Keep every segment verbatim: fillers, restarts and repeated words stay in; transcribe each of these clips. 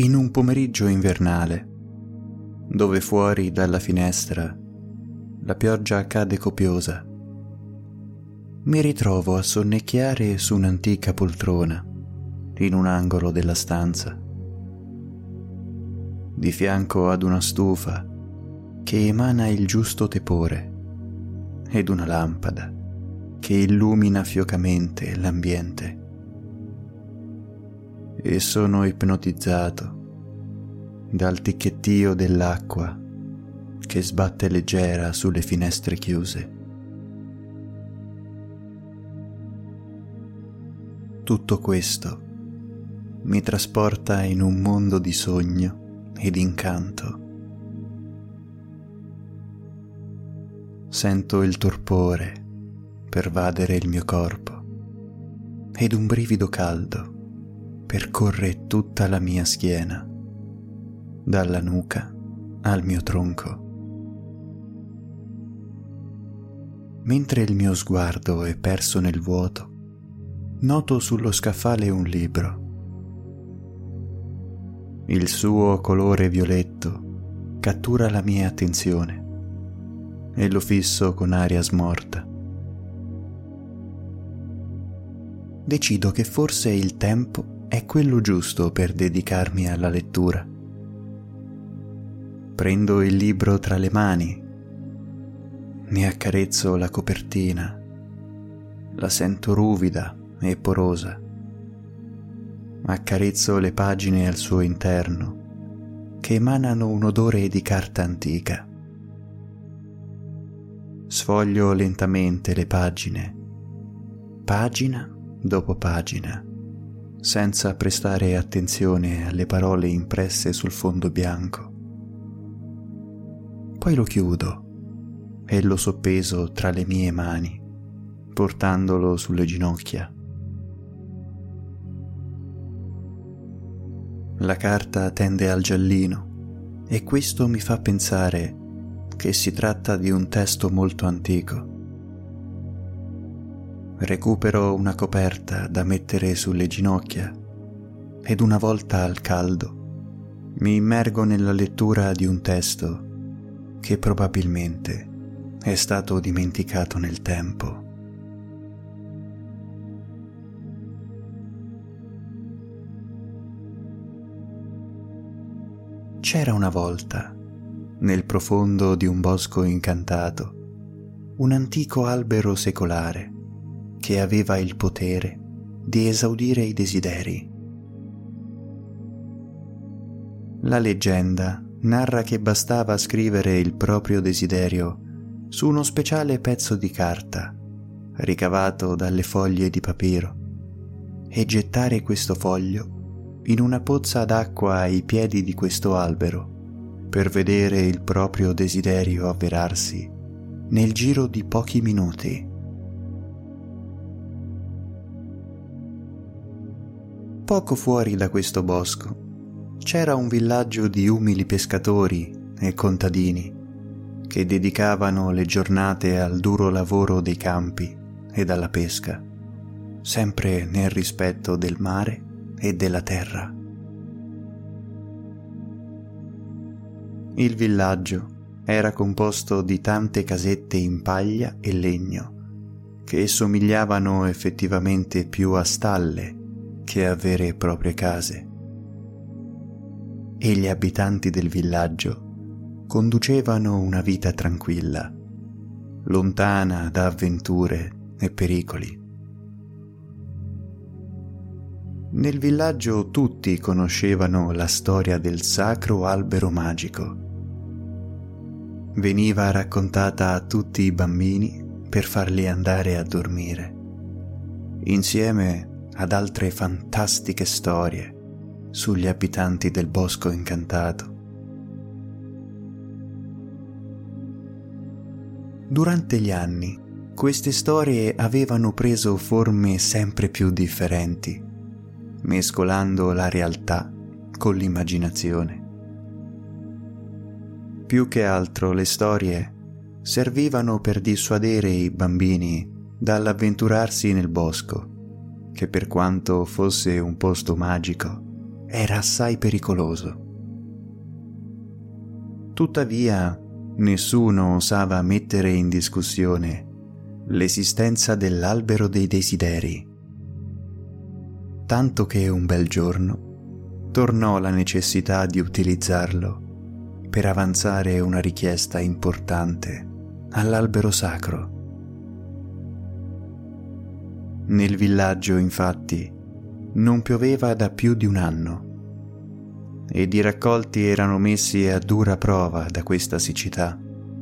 in un pomeriggio invernale, dove fuori dalla finestra la pioggia cade copiosa, mi ritrovo a sonnecchiare su un'antica poltrona in un angolo della stanza, di fianco ad una stufa che emana il giusto tepore ed una lampada che illumina fiocamente l'ambiente, e sono ipnotizzato dal ticchettio dell'acqua che sbatte leggera sulle finestre chiuse. Tutto questo mi trasporta in un mondo di sogno ed incanto. Sento il torpore pervadere il mio corpo ed un brivido caldo percorre tutta la mia schiena, dalla nuca al mio tronco. Mentre il mio sguardo è perso nel vuoto, noto sullo scaffale un libro. Il suo colore violetto cattura la mia attenzione e lo fisso con aria smorta. Decido che forse il tempo è quello giusto per dedicarmi alla lettura. Prendo il libro tra le mani, ne accarezzo la copertina, la sento ruvida e porosa. Accarezzo le pagine al suo interno, che emanano un odore di carta antica. Sfoglio lentamente le pagine, pagina dopo pagina, senza prestare attenzione alle parole impresse sul fondo bianco. Poi lo chiudo e lo soppeso tra le mie mani, portandolo sulle ginocchia. La carta tende al giallino e questo mi fa pensare che si tratta di un testo molto antico. Recupero una coperta da mettere sulle ginocchia ed una volta al caldo mi immergo nella lettura di un testo che probabilmente è stato dimenticato nel tempo. C'era una volta, nel profondo di un bosco incantato, un antico albero secolare che aveva il potere di esaudire i desideri. La leggenda narra che bastava scrivere il proprio desiderio su uno speciale pezzo di carta ricavato dalle foglie di papiro e gettare questo foglio in una pozza d'acqua ai piedi di questo albero per vedere il proprio desiderio avverarsi nel giro di pochi minuti. Poco fuori da questo bosco c'era un villaggio di umili pescatori e contadini che dedicavano le giornate al duro lavoro dei campi e alla pesca, sempre nel rispetto del mare e della terra. Il villaggio era composto di tante casette in paglia e legno che somigliavano effettivamente più a stalle che a vere e proprie case. E gli abitanti del villaggio conducevano una vita tranquilla, lontana da avventure e pericoli. Nel villaggio tutti conoscevano la storia del sacro albero magico. Veniva raccontata a tutti i bambini per farli andare a dormire, insieme ad altre fantastiche storie sugli abitanti del bosco incantato. Durante gli anni, queste storie avevano preso forme sempre più differenti, mescolando la realtà con l'immaginazione. Più che altro le storie servivano per dissuadere i bambini dall'avventurarsi nel bosco, che per quanto fosse un posto magico, era assai pericoloso. Tuttavia, nessuno osava mettere in discussione l'esistenza dell'albero dei desideri, tanto che un bel giorno tornò la necessità di utilizzarlo per avanzare una richiesta importante all'albero sacro. Nel villaggio, infatti, non pioveva da più di un anno ed i raccolti erano messi a dura prova da questa siccità.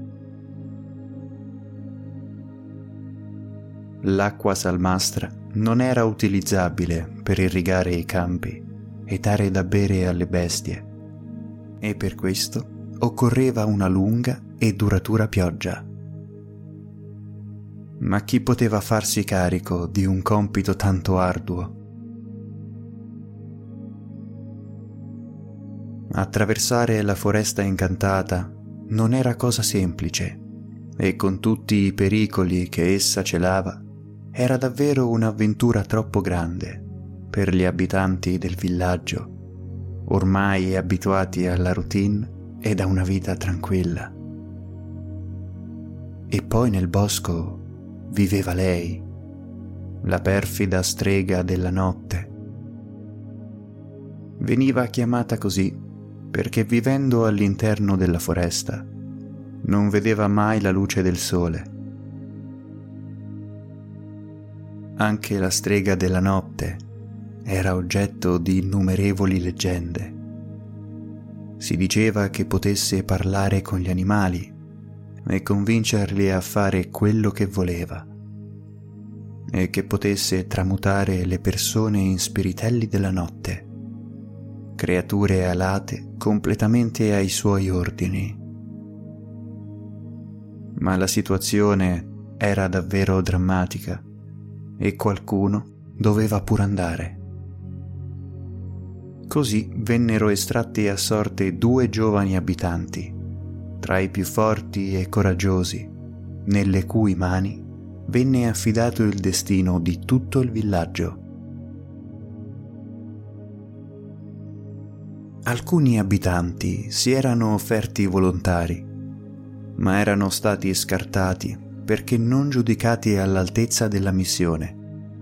L'acqua salmastra non era utilizzabile per irrigare i campi e dare da bere alle bestie, e per questo occorreva una lunga e duratura pioggia. Ma chi poteva farsi carico di un compito tanto arduo? Attraversare la foresta incantata non era cosa semplice, e con tutti i pericoli che essa celava, era davvero un'avventura troppo grande per gli abitanti del villaggio, ormai abituati alla routine e da una vita tranquilla. E poi nel bosco viveva lei, la perfida strega della notte. Veniva chiamata così perché, vivendo all'interno della foresta, non vedeva mai la luce del sole. Anche la strega della notte era oggetto di innumerevoli leggende. Si diceva che potesse parlare con gli animali e convincerli a fare quello che voleva, e che potesse tramutare le persone in spiritelli della notte, creature alate completamente ai suoi ordini. Ma la situazione era davvero drammatica e qualcuno doveva pur andare. Così vennero estratti a sorte due giovani abitanti, tra i più forti e coraggiosi, nelle cui mani venne affidato il destino di tutto il villaggio. Alcuni abitanti si erano offerti volontari, ma erano stati scartati perché non giudicati all'altezza della missione.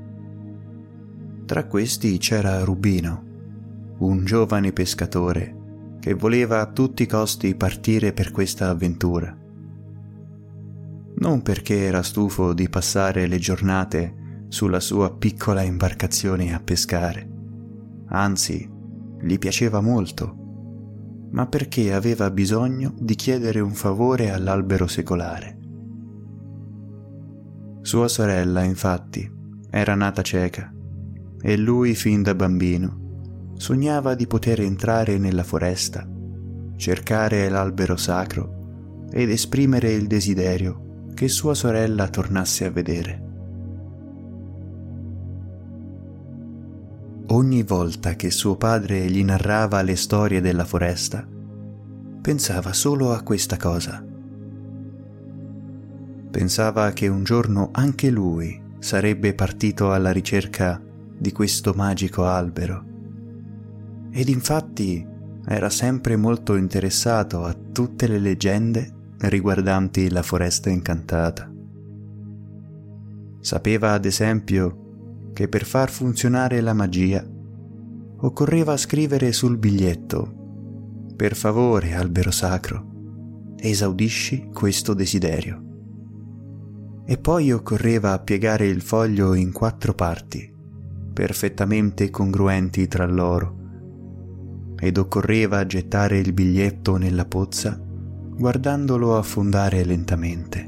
Tra questi c'era Rubino, un giovane pescatore che voleva a tutti i costi partire per questa avventura. Non perché era stufo di passare le giornate sulla sua piccola imbarcazione a pescare, anzi, gli piaceva molto, ma perché aveva bisogno di chiedere un favore all'albero secolare. Sua sorella, infatti, era nata cieca e lui, fin da bambino, sognava di poter entrare nella foresta, cercare l'albero sacro ed esprimere il desiderio che sua sorella tornasse a vedere. Ogni volta che suo padre gli narrava le storie della foresta, pensava solo a questa cosa. Pensava che un giorno anche lui sarebbe partito alla ricerca di questo magico albero. Ed infatti era sempre molto interessato a tutte le leggende riguardanti la foresta incantata. Sapeva, ad esempio, che per far funzionare la magia occorreva scrivere sul biglietto: «Per favore, albero sacro, esaudisci questo desiderio». E poi occorreva piegare il foglio in quattro parti, perfettamente congruenti tra loro, ed occorreva gettare il biglietto nella pozza guardandolo affondare lentamente.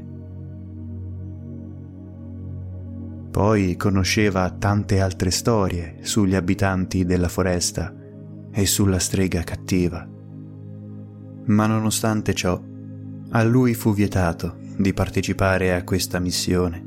Poi conosceva tante altre storie sugli abitanti della foresta e sulla strega cattiva. Ma nonostante ciò, a lui fu vietato di partecipare a questa missione.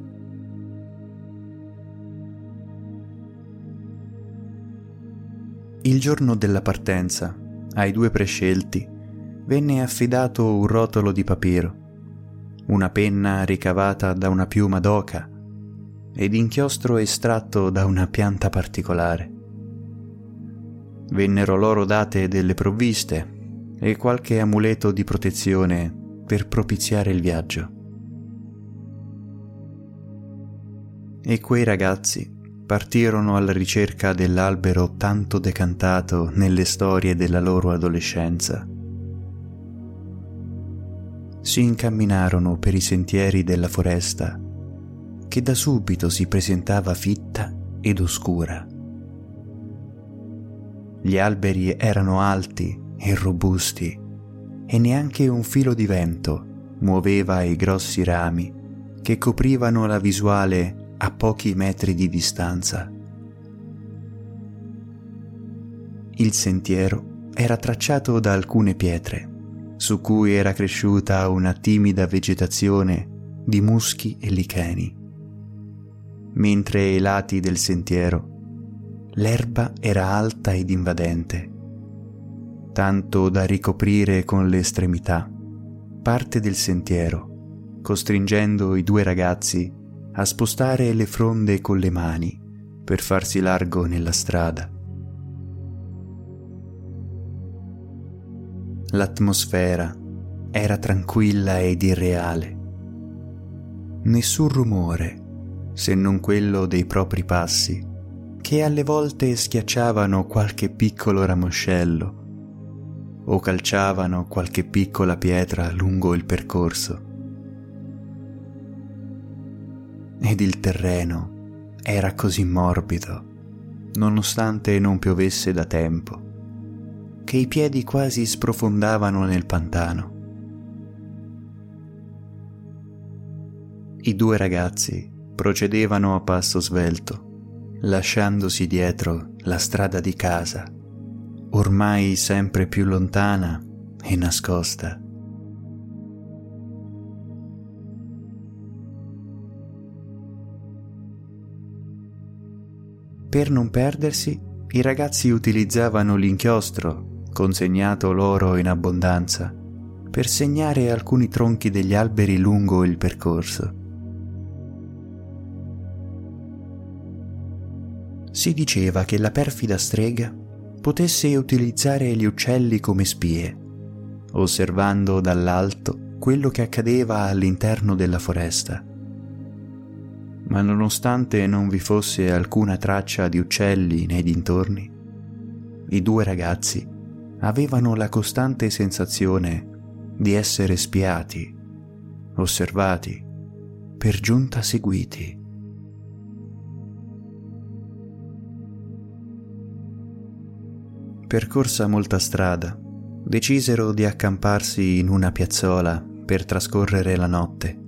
Il giorno della partenza, ai due prescelti, venne affidato un rotolo di papiro, una penna ricavata da una piuma d'oca ed inchiostro estratto da una pianta particolare. Vennero loro date delle provviste e qualche amuleto di protezione per propiziare il viaggio. E quei ragazzi partirono alla ricerca dell'albero tanto decantato nelle storie della loro adolescenza. Si incamminarono per i sentieri della foresta, che da subito si presentava fitta ed oscura. Gli alberi erano alti e robusti e neanche un filo di vento muoveva i grossi rami che coprivano la visuale a pochi metri di distanza. Il sentiero era tracciato da alcune pietre, su cui era cresciuta una timida vegetazione di muschi e licheni, mentre ai lati del sentiero l'erba era alta ed invadente, tanto da ricoprire con le estremità parte del sentiero, costringendo i due ragazzi a spostare le fronde con le mani per farsi largo nella strada. L'atmosfera era tranquilla ed irreale. Nessun rumore, se non quello dei propri passi, che alle volte schiacciavano qualche piccolo ramoscello o calciavano qualche piccola pietra lungo il percorso. Ed il terreno era così morbido, nonostante non piovesse da tempo, che i piedi quasi sprofondavano nel pantano. I due ragazzi procedevano a passo svelto, lasciandosi dietro la strada di casa, ormai sempre più lontana e nascosta. Per non perdersi, i ragazzi utilizzavano l'inchiostro, consegnato loro in abbondanza, per segnare alcuni tronchi degli alberi lungo il percorso. Si diceva che la perfida strega potesse utilizzare gli uccelli come spie, osservando dall'alto quello che accadeva all'interno della foresta. Ma nonostante non vi fosse alcuna traccia di uccelli nei dintorni, i due ragazzi avevano la costante sensazione di essere spiati, osservati, per giunta seguiti. Percorsa molta strada, decisero di accamparsi in una piazzola per trascorrere la notte.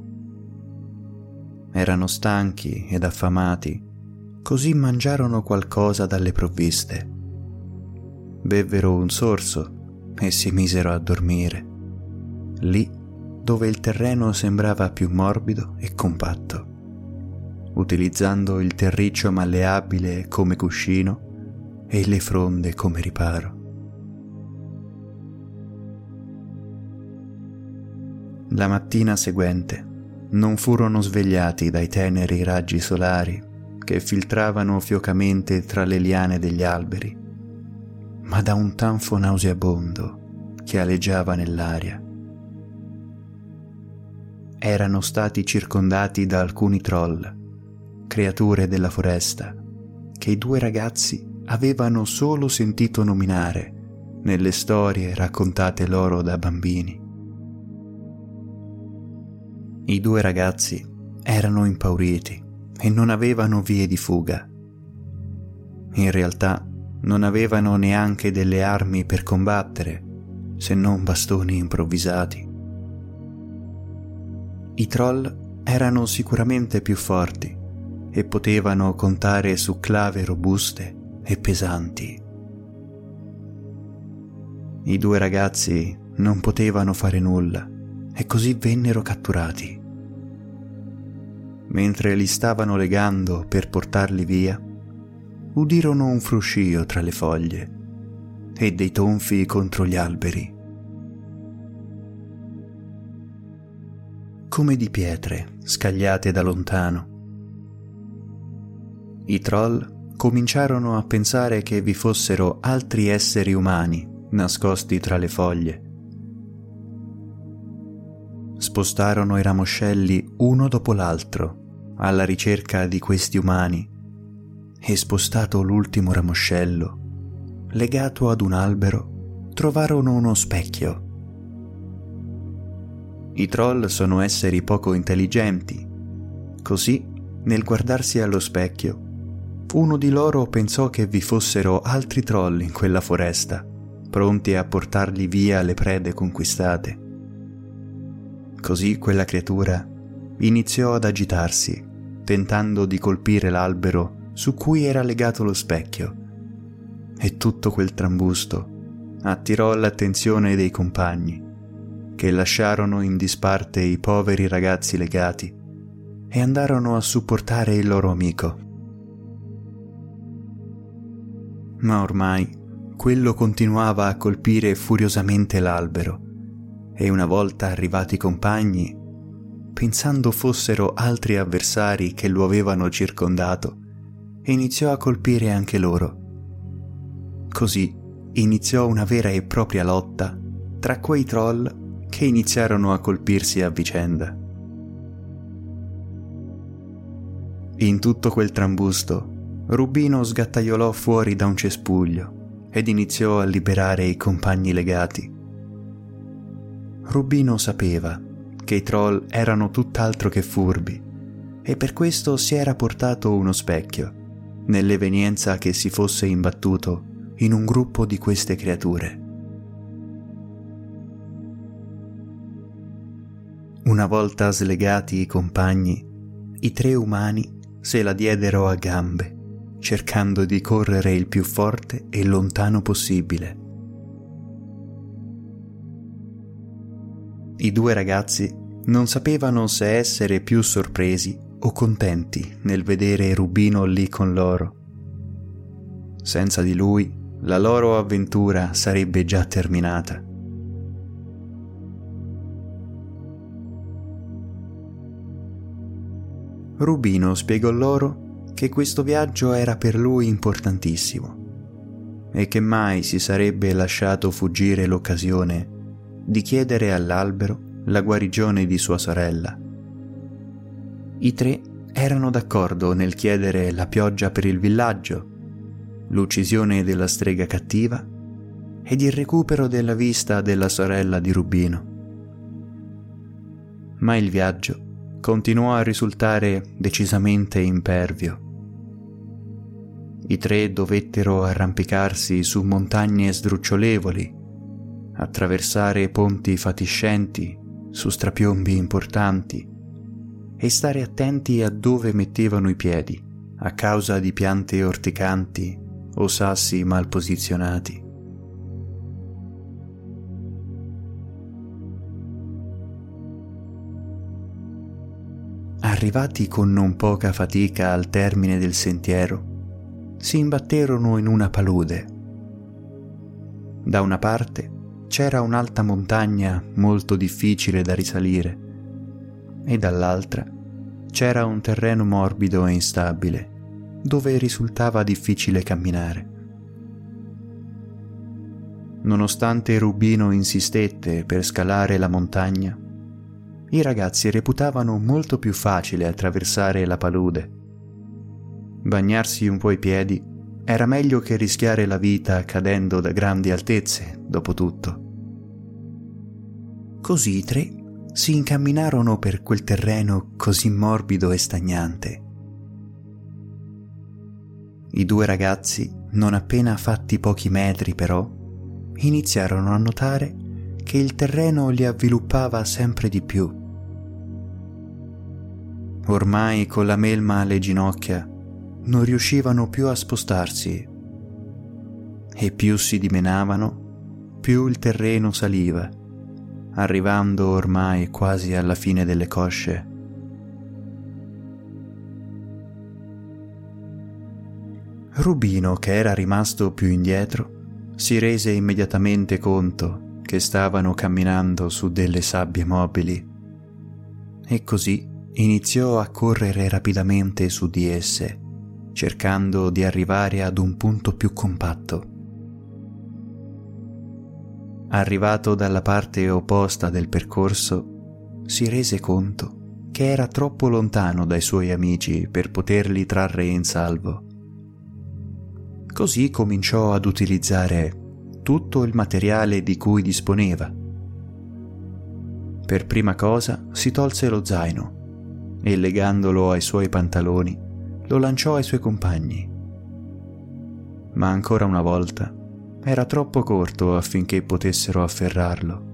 Erano stanchi ed affamati, così mangiarono qualcosa dalle provviste. Bevvero un sorso e si misero a dormire, lì dove il terreno sembrava più morbido e compatto, utilizzando il terriccio malleabile come cuscino e le fronde come riparo. La mattina seguente non furono svegliati dai teneri raggi solari che filtravano fiocamente tra le liane degli alberi, ma da un tanfo nauseabondo che aleggiava nell'aria. Erano stati circondati da alcuni troll, creature della foresta, che i due ragazzi avevano solo sentito nominare nelle storie raccontate loro da bambini. I due ragazzi erano impauriti e non avevano vie di fuga. In realtà non avevano neanche delle armi per combattere, se non bastoni improvvisati. I troll erano sicuramente più forti e potevano contare su clave robuste e pesanti. I due ragazzi non potevano fare nulla e così vennero catturati. Mentre li stavano legando per portarli via, udirono un fruscio tra le foglie e dei tonfi contro gli alberi. Come di pietre scagliate da lontano. I troll cominciarono a pensare che vi fossero altri esseri umani nascosti tra le foglie. Spostarono i ramoscelli uno dopo l'altro alla ricerca di questi umani e, spostato l'ultimo ramoscello, legato ad un albero, trovarono uno specchio. I troll sono esseri poco intelligenti, così, nel guardarsi allo specchio, uno di loro pensò che vi fossero altri troll in quella foresta, pronti a portargli via le prede conquistate. Così quella creatura iniziò ad agitarsi, tentando di colpire l'albero su cui era legato lo specchio, e tutto quel trambusto attirò l'attenzione dei compagni, che lasciarono in disparte i poveri ragazzi legati e andarono a supportare il loro amico. Ma ormai quello continuava a colpire furiosamente l'albero, e una volta arrivati i compagni, pensando fossero altri avversari che lo avevano circondato, iniziò a colpire anche loro. Così iniziò una vera e propria lotta tra quei troll che iniziarono a colpirsi a vicenda. In tutto quel trambusto, Rubino sgattaiolò fuori da un cespuglio ed iniziò a liberare i compagni legati. Rubino sapeva che i troll erano tutt'altro che furbi e per questo si era portato uno specchio, nell'evenienza che si fosse imbattuto in un gruppo di queste creature. Una volta slegati i compagni, i tre umani se la diedero a gambe, cercando di correre il più forte e lontano possibile. I due ragazzi non sapevano se essere più sorpresi o contenti nel vedere Rubino lì con loro. Senza di lui, la loro avventura sarebbe già terminata. Rubino spiegò loro che questo viaggio era per lui importantissimo e che mai si sarebbe lasciato fuggire l'occasione di chiedere all'albero la guarigione di sua sorella. I tre erano d'accordo nel chiedere la pioggia per il villaggio, l'uccisione della strega cattiva ed il recupero della vista della sorella di Rubino. Ma il viaggio continuò a risultare decisamente impervio. I tre dovettero arrampicarsi su montagne sdrucciolevoli, attraversare ponti fatiscenti su strapiombi importanti e stare attenti a dove mettevano i piedi a causa di piante orticanti o sassi mal posizionati. Arrivati con non poca fatica al termine del sentiero, si imbatterono in una palude. Da una parte c'era un'alta montagna molto difficile da risalire e dall'altra c'era un terreno morbido e instabile dove risultava difficile camminare. Nonostante Rubino insistette per scalare la montagna, i ragazzi reputavano molto più facile attraversare la palude. Bagnarsi un po' i piedi era meglio che rischiare la vita cadendo da grandi altezze, dopo tutto. Così i tre si incamminarono per quel terreno così morbido e stagnante. I due ragazzi, non appena fatti pochi metri però, iniziarono a notare che il terreno li avviluppava sempre di più. Ormai con la melma alle ginocchia non riuscivano più a spostarsi e più si dimenavano, più il terreno saliva, arrivando ormai quasi alla fine delle cosce. Rubino, che era rimasto più indietro, si rese immediatamente conto che stavano camminando su delle sabbie mobili e così iniziò a correre rapidamente su di esse, cercando di arrivare ad un punto più compatto. Arrivato dalla parte opposta del percorso, si rese conto che era troppo lontano dai suoi amici per poterli trarre in salvo. Così cominciò ad utilizzare tutto il materiale di cui disponeva. Per prima cosa si tolse lo zaino e, legandolo ai suoi pantaloni, lo lanciò ai suoi compagni. Ma ancora una volta era troppo corto affinché potessero afferrarlo.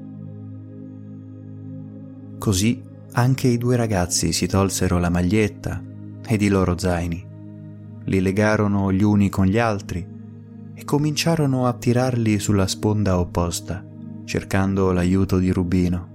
Così anche i due ragazzi si tolsero la maglietta ed i loro zaini, li legarono gli uni con gli altri e cominciarono a tirarli sulla sponda opposta, cercando l'aiuto di Rubino.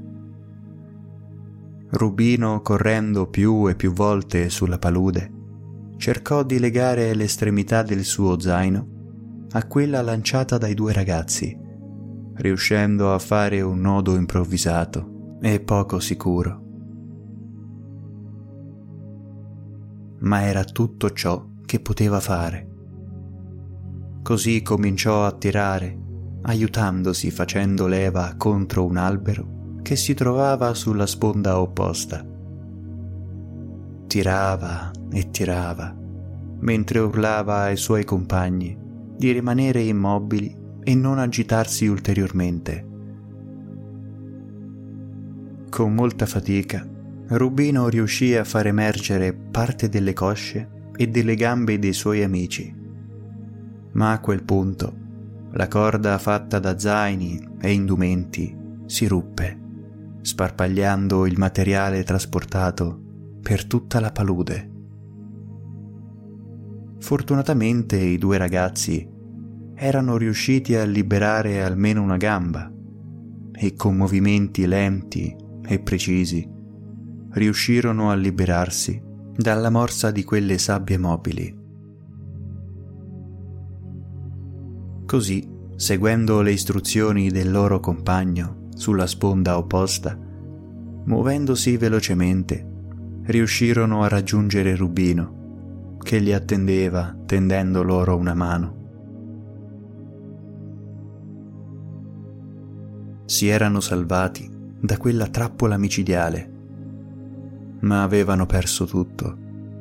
Rubino, correndo più e più volte sulla palude, cercò di legare l'estremità del suo zaino a quella lanciata dai due ragazzi, riuscendo a fare un nodo improvvisato e poco sicuro. Ma era tutto ciò che poteva fare. Così cominciò a tirare, aiutandosi facendo leva contro un albero che si trovava sulla sponda opposta. Tirava e tirava, mentre urlava ai suoi compagni di rimanere immobili e non agitarsi ulteriormente. Con molta fatica, Rubino riuscì a far emergere parte delle cosce e delle gambe dei suoi amici, ma a quel punto la corda fatta da zaini e indumenti si ruppe, sparpagliando il materiale trasportato per tutta la palude. Fortunatamente i due ragazzi erano riusciti a liberare almeno una gamba e con movimenti lenti e precisi riuscirono a liberarsi dalla morsa di quelle sabbie mobili. Così, seguendo le istruzioni del loro compagno sulla sponda opposta, muovendosi velocemente, riuscirono a raggiungere Rubino, che li attendeva tendendo loro una mano. Si erano salvati da quella trappola micidiale, ma avevano perso tutto.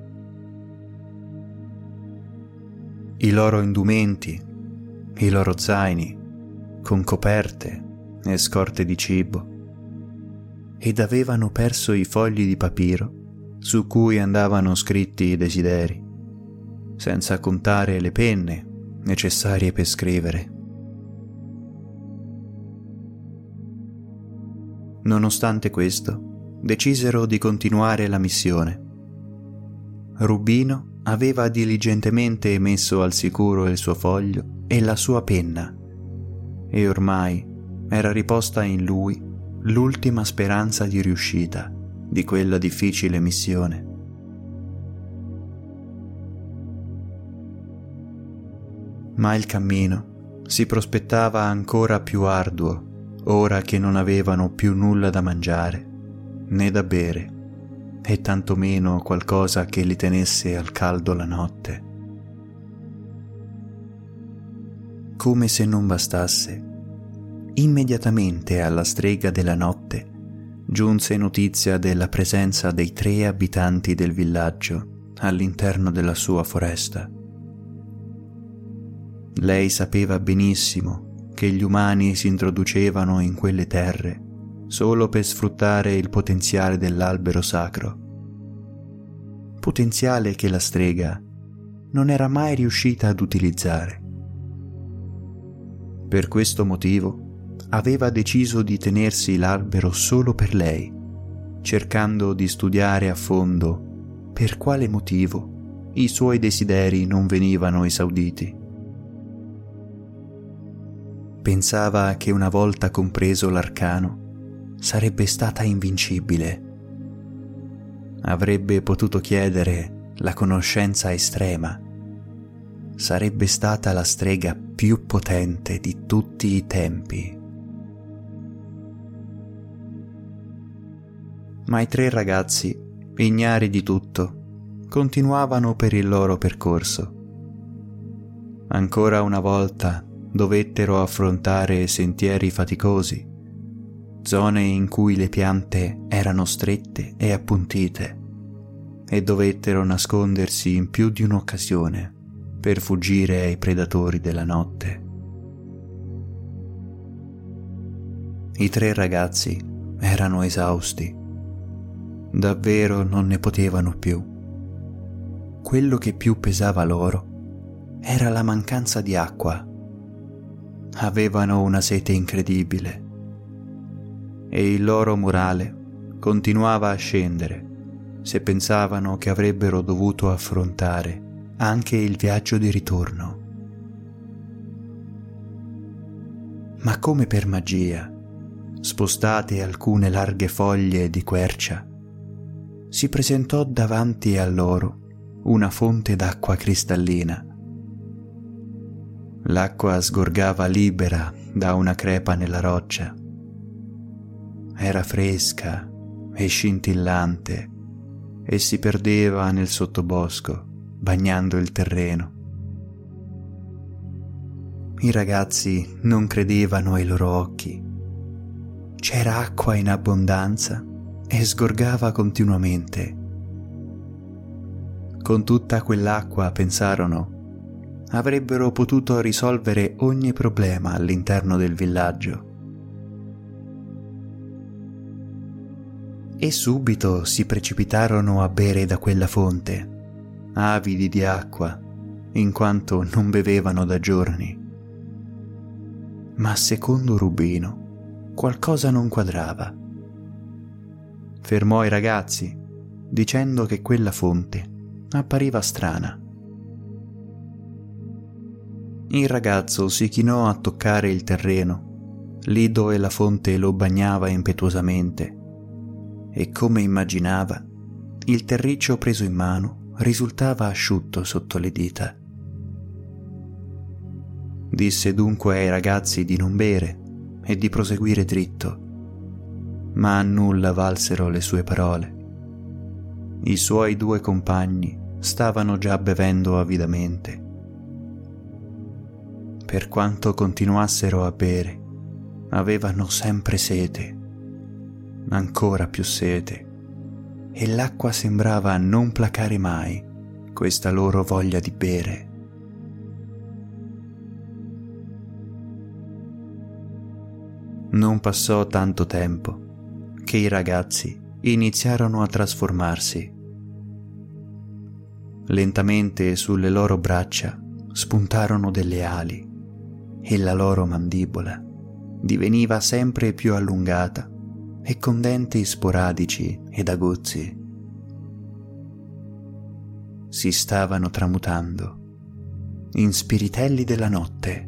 I loro indumenti, i loro zaini, con coperte e scorte di cibo, ed avevano perso i fogli di papiro su cui andavano scritti i desideri, senza contare le penne necessarie per scrivere. Nonostante questo, decisero di continuare la missione. Rubino aveva diligentemente messo al sicuro il suo foglio e la sua penna, e ormai era riposta in lui l'ultima speranza di riuscita di quella difficile missione. Ma il cammino si prospettava ancora più arduo ora che non avevano più nulla da mangiare né da bere, e tantomeno qualcosa che li tenesse al caldo la notte. Come se non bastasse, immediatamente alla strega della notte giunse notizia della presenza dei tre abitanti del villaggio all'interno della sua foresta. Lei sapeva benissimo che gli umani si introducevano in quelle terre solo per sfruttare il potenziale dell'albero sacro, potenziale che la strega non era mai riuscita ad utilizzare. Per questo motivo aveva deciso di tenersi l'albero solo per lei, cercando di studiare a fondo per quale motivo i suoi desideri non venivano esauditi. Pensava che una volta compreso l'arcano sarebbe stata invincibile. Avrebbe potuto chiedere la conoscenza estrema. Sarebbe stata la strega più potente di tutti i tempi. Ma i tre ragazzi, ignari di tutto, continuavano per il loro percorso. Ancora una volta dovettero affrontare sentieri faticosi, zone in cui le piante erano strette e appuntite, e dovettero nascondersi in più di un'occasione per fuggire ai predatori della notte. I tre ragazzi erano esausti, davvero non ne potevano più. Quello che più pesava loro era la mancanza di acqua. Avevano una sete incredibile e il loro morale continuava a scendere se pensavano che avrebbero dovuto affrontare anche il viaggio di ritorno. Ma come per magia, spostate alcune larghe foglie di quercia, si presentò davanti a loro una fonte d'acqua cristallina. L'acqua sgorgava libera da una crepa nella roccia. Era fresca e scintillante e si perdeva nel sottobosco, bagnando il terreno. I ragazzi non credevano ai loro occhi. C'era acqua in abbondanza e sgorgava continuamente. Con tutta quell'acqua, pensarono, avrebbero potuto risolvere ogni problema all'interno del villaggio. E subito si precipitarono a bere da quella fonte, avidi di acqua, in quanto non bevevano da giorni. Ma secondo Rubino qualcosa non quadrava. Fermò i ragazzi, dicendo che quella fonte appariva strana. Il ragazzo si chinò a toccare il terreno, lì dove la fonte lo bagnava impetuosamente, e come immaginava, il terriccio preso in mano risultava asciutto sotto le dita. Disse dunque ai ragazzi di non bere e di proseguire dritto, ma a nulla valsero le sue parole. I suoi due compagni stavano già bevendo avidamente. Per quanto continuassero a bere, avevano sempre sete, ancora più sete, e l'acqua sembrava non placare mai questa loro voglia di bere. Non passò tanto tempo che i ragazzi iniziarono a trasformarsi. Lentamente sulle loro braccia spuntarono delle ali e la loro mandibola diveniva sempre più allungata e con denti sporadici ed aguzzi. Si stavano tramutando in spiritelli della notte.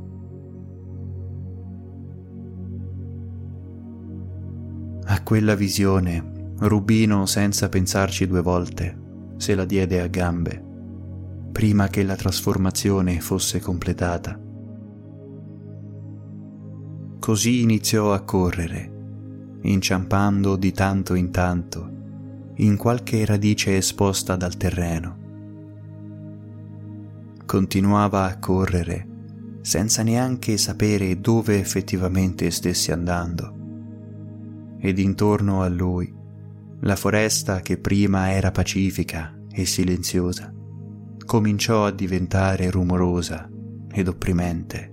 A quella visione, Rubino, senza pensarci due volte, se la diede a gambe, prima che la trasformazione fosse completata. Così iniziò a correre, inciampando di tanto in tanto in qualche radice esposta dal terreno. Continuava a correre senza neanche sapere dove effettivamente stesse andando, ed intorno a lui la foresta, che prima era pacifica e silenziosa, cominciò a diventare rumorosa ed opprimente.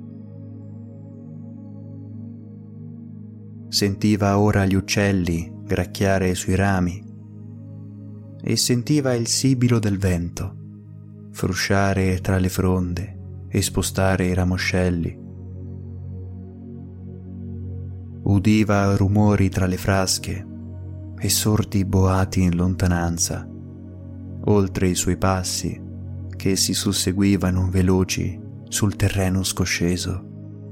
Sentiva ora gli uccelli gracchiare sui rami e sentiva il sibilo del vento frusciare tra le fronde e spostare i ramoscelli. Udiva rumori tra le frasche e sordi boati in lontananza, oltre i suoi passi che si susseguivano veloci sul terreno scosceso.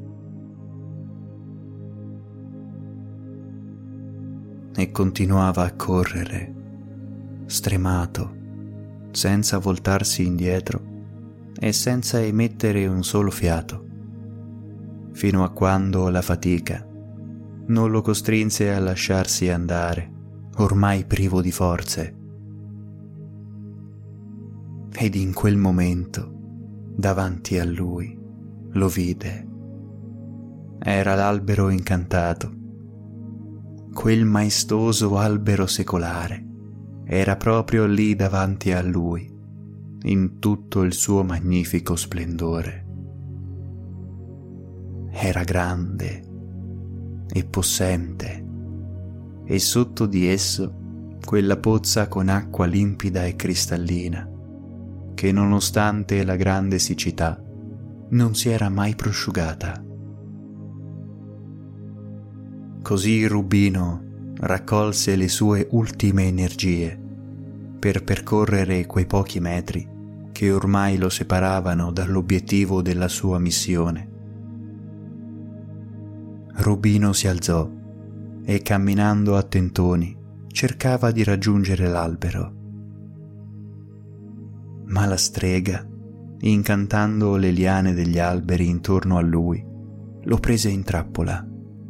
E continuava a correre, stremato, senza voltarsi indietro e senza emettere un solo fiato, fino a quando la fatica non lo costrinse a lasciarsi andare, ormai privo di forze. ed in quel momento, davanti a lui, lo vide. Era l'albero incantato. Quel maestoso albero secolare era proprio lì davanti a lui, in tutto il suo magnifico splendore. Era grande e possente, e sotto di esso quella pozza con acqua limpida e cristallina, che nonostante la grande siccità non si era mai prosciugata. Così Rubino raccolse le sue ultime energie per percorrere quei pochi metri che ormai lo separavano dall'obiettivo della sua missione. Rubino si alzò e, camminando a tentoni, cercava di raggiungere l'albero. Ma la strega, incantando le liane degli alberi intorno a lui, lo prese in trappola.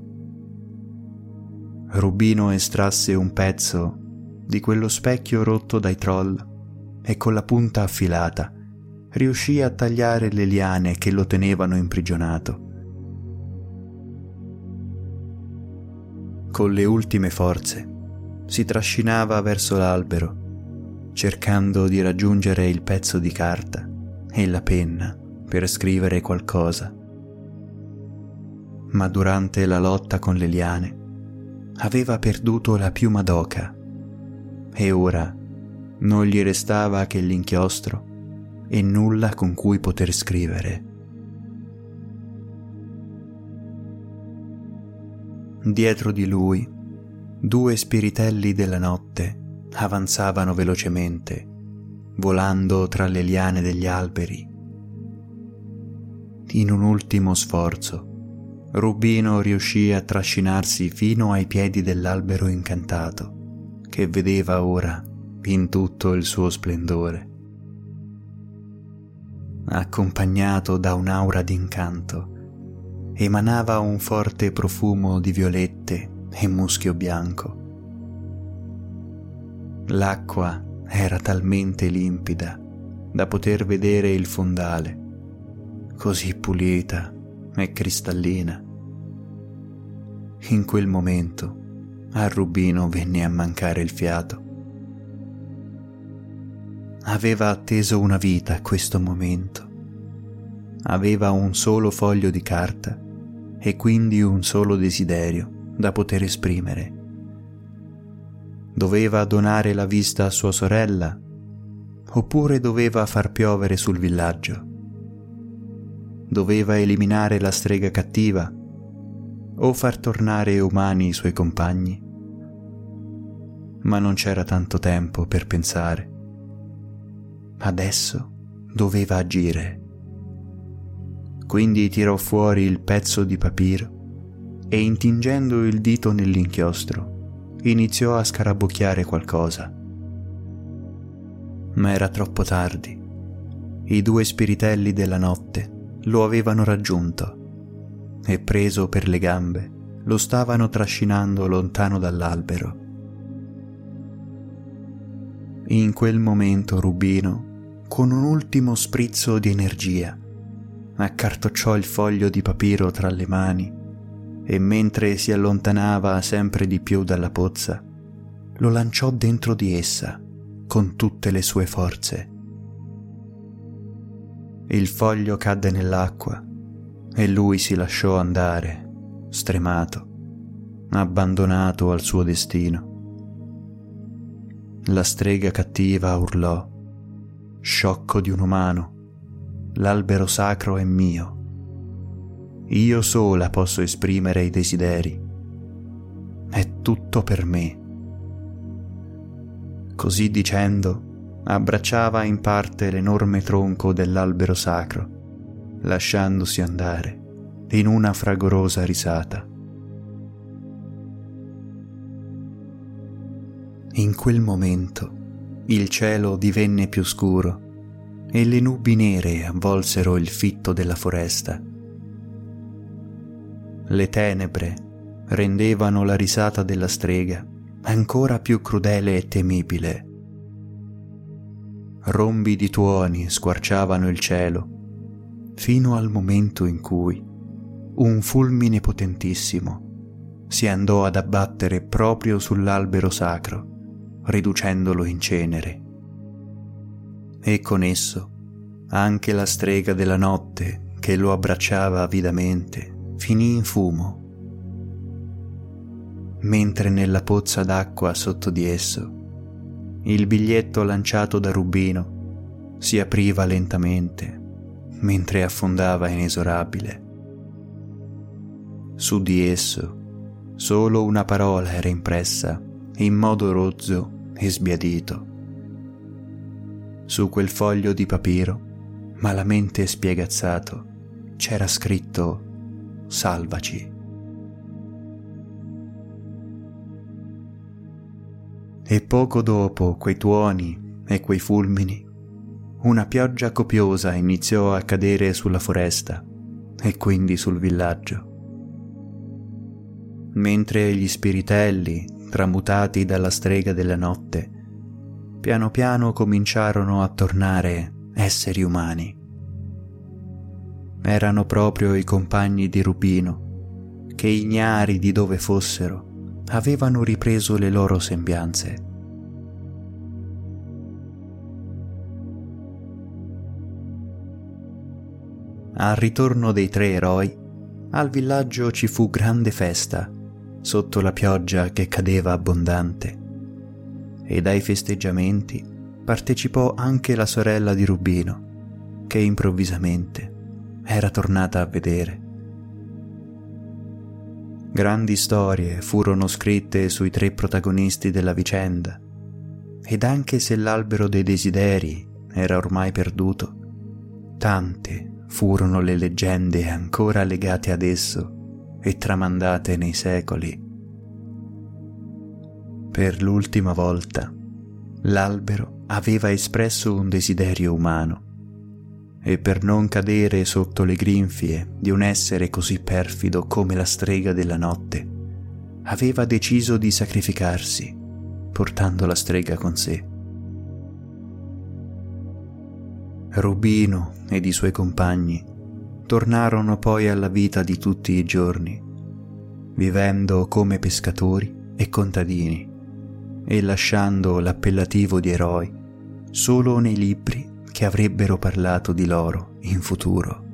Rubino estrasse un pezzo di quello specchio rotto dai troll e con la punta affilata riuscì a tagliare le liane che lo tenevano imprigionato. Con le ultime forze si trascinava verso l'albero, cercando di raggiungere il pezzo di carta e la penna per scrivere qualcosa. Ma durante la lotta con le liane aveva perduto la piuma d'oca e ora non gli restava che l'inchiostro e nulla con cui poter scrivere. Dietro di lui, due spiritelli della notte avanzavano velocemente, volando tra le liane degli alberi. In un ultimo sforzo, Rubino riuscì a trascinarsi fino ai piedi dell'albero incantato, che vedeva ora in tutto il suo splendore. Accompagnato da un'aura d'incanto, emanava un forte profumo di violette e muschio bianco. L'acqua era talmente limpida da poter vedere il fondale, così pulita e cristallina. In quel momento a Rubino venne a mancare il fiato. Aveva atteso una vita a questo momento. Aveva un solo foglio di carta e quindi un solo desiderio da poter esprimere. Doveva donare la vista a sua sorella, oppure doveva far piovere sul villaggio? Doveva eliminare la strega cattiva o far tornare umani i suoi compagni? Ma non c'era tanto tempo per pensare. Adesso doveva agire. Quindi tirò fuori il pezzo di papiro e, intingendo il dito nell'inchiostro, iniziò a scarabocchiare qualcosa. Ma era troppo tardi. I due spiritelli della notte lo avevano raggiunto e, preso per le gambe, lo stavano trascinando lontano dall'albero. In quel momento Rubino, con un ultimo sprizzo di energia, accartocciò il foglio di papiro tra le mani e, mentre si allontanava sempre di più dalla pozza, lo lanciò dentro di essa con tutte le sue forze. Il foglio cadde nell'acqua e lui si lasciò andare, stremato, abbandonato al suo destino. La strega cattiva urlò: «Sciocco di un umano, l'albero sacro è mio. Io sola posso esprimere i desideri. È tutto per me». Così dicendo, abbracciava in parte l'enorme tronco dell'albero sacro, lasciandosi andare in una fragorosa risata. In quel momento il cielo divenne più scuro e le nubi nere avvolsero il fitto della foresta. Le tenebre rendevano la risata della strega ancora più crudele e temibile. rombi di tuoni squarciavano il cielo, fino al momento in cui un fulmine potentissimo si andò ad abbattere proprio sull'albero sacro, riducendolo in cenere. E con esso anche la strega della notte che lo abbracciava avidamente finì in fumo, mentre nella pozza d'acqua sotto di esso il biglietto lanciato da Rubino si apriva lentamente mentre affondava inesorabile. Su di esso solo una parola era impressa in modo rozzo e sbiadito. Su quel foglio di papiro, malamente spiegazzato, c'era scritto «Salvaci». E poco dopo quei tuoni e quei fulmini, una pioggia copiosa iniziò a cadere sulla foresta e quindi sul villaggio, mentre gli spiritelli, tramutati dalla strega della notte, piano piano cominciarono a tornare esseri umani. Erano proprio i compagni di Rubino che, ignari di dove fossero, avevano ripreso le loro sembianze. Al ritorno dei tre eroi, al villaggio ci fu grande festa, sotto la pioggia che cadeva abbondante, ed ai festeggiamenti partecipò anche la sorella di Rubino, che improvvisamente era tornata a vedere. Grandi storie furono scritte sui tre protagonisti della vicenda, ed anche se l'albero dei desideri era ormai perduto, tante furono le leggende ancora legate ad esso e tramandate nei secoli. Per l'ultima volta, l'albero aveva espresso un desiderio umano, e per non cadere sotto le grinfie di un essere così perfido come la strega della notte, aveva deciso di sacrificarsi, portando la strega con sé. Rubino ed i suoi compagni tornarono poi alla vita di tutti i giorni, vivendo come pescatori e contadini e lasciando l'appellativo di eroi solo nei libri che avrebbero parlato di loro in futuro.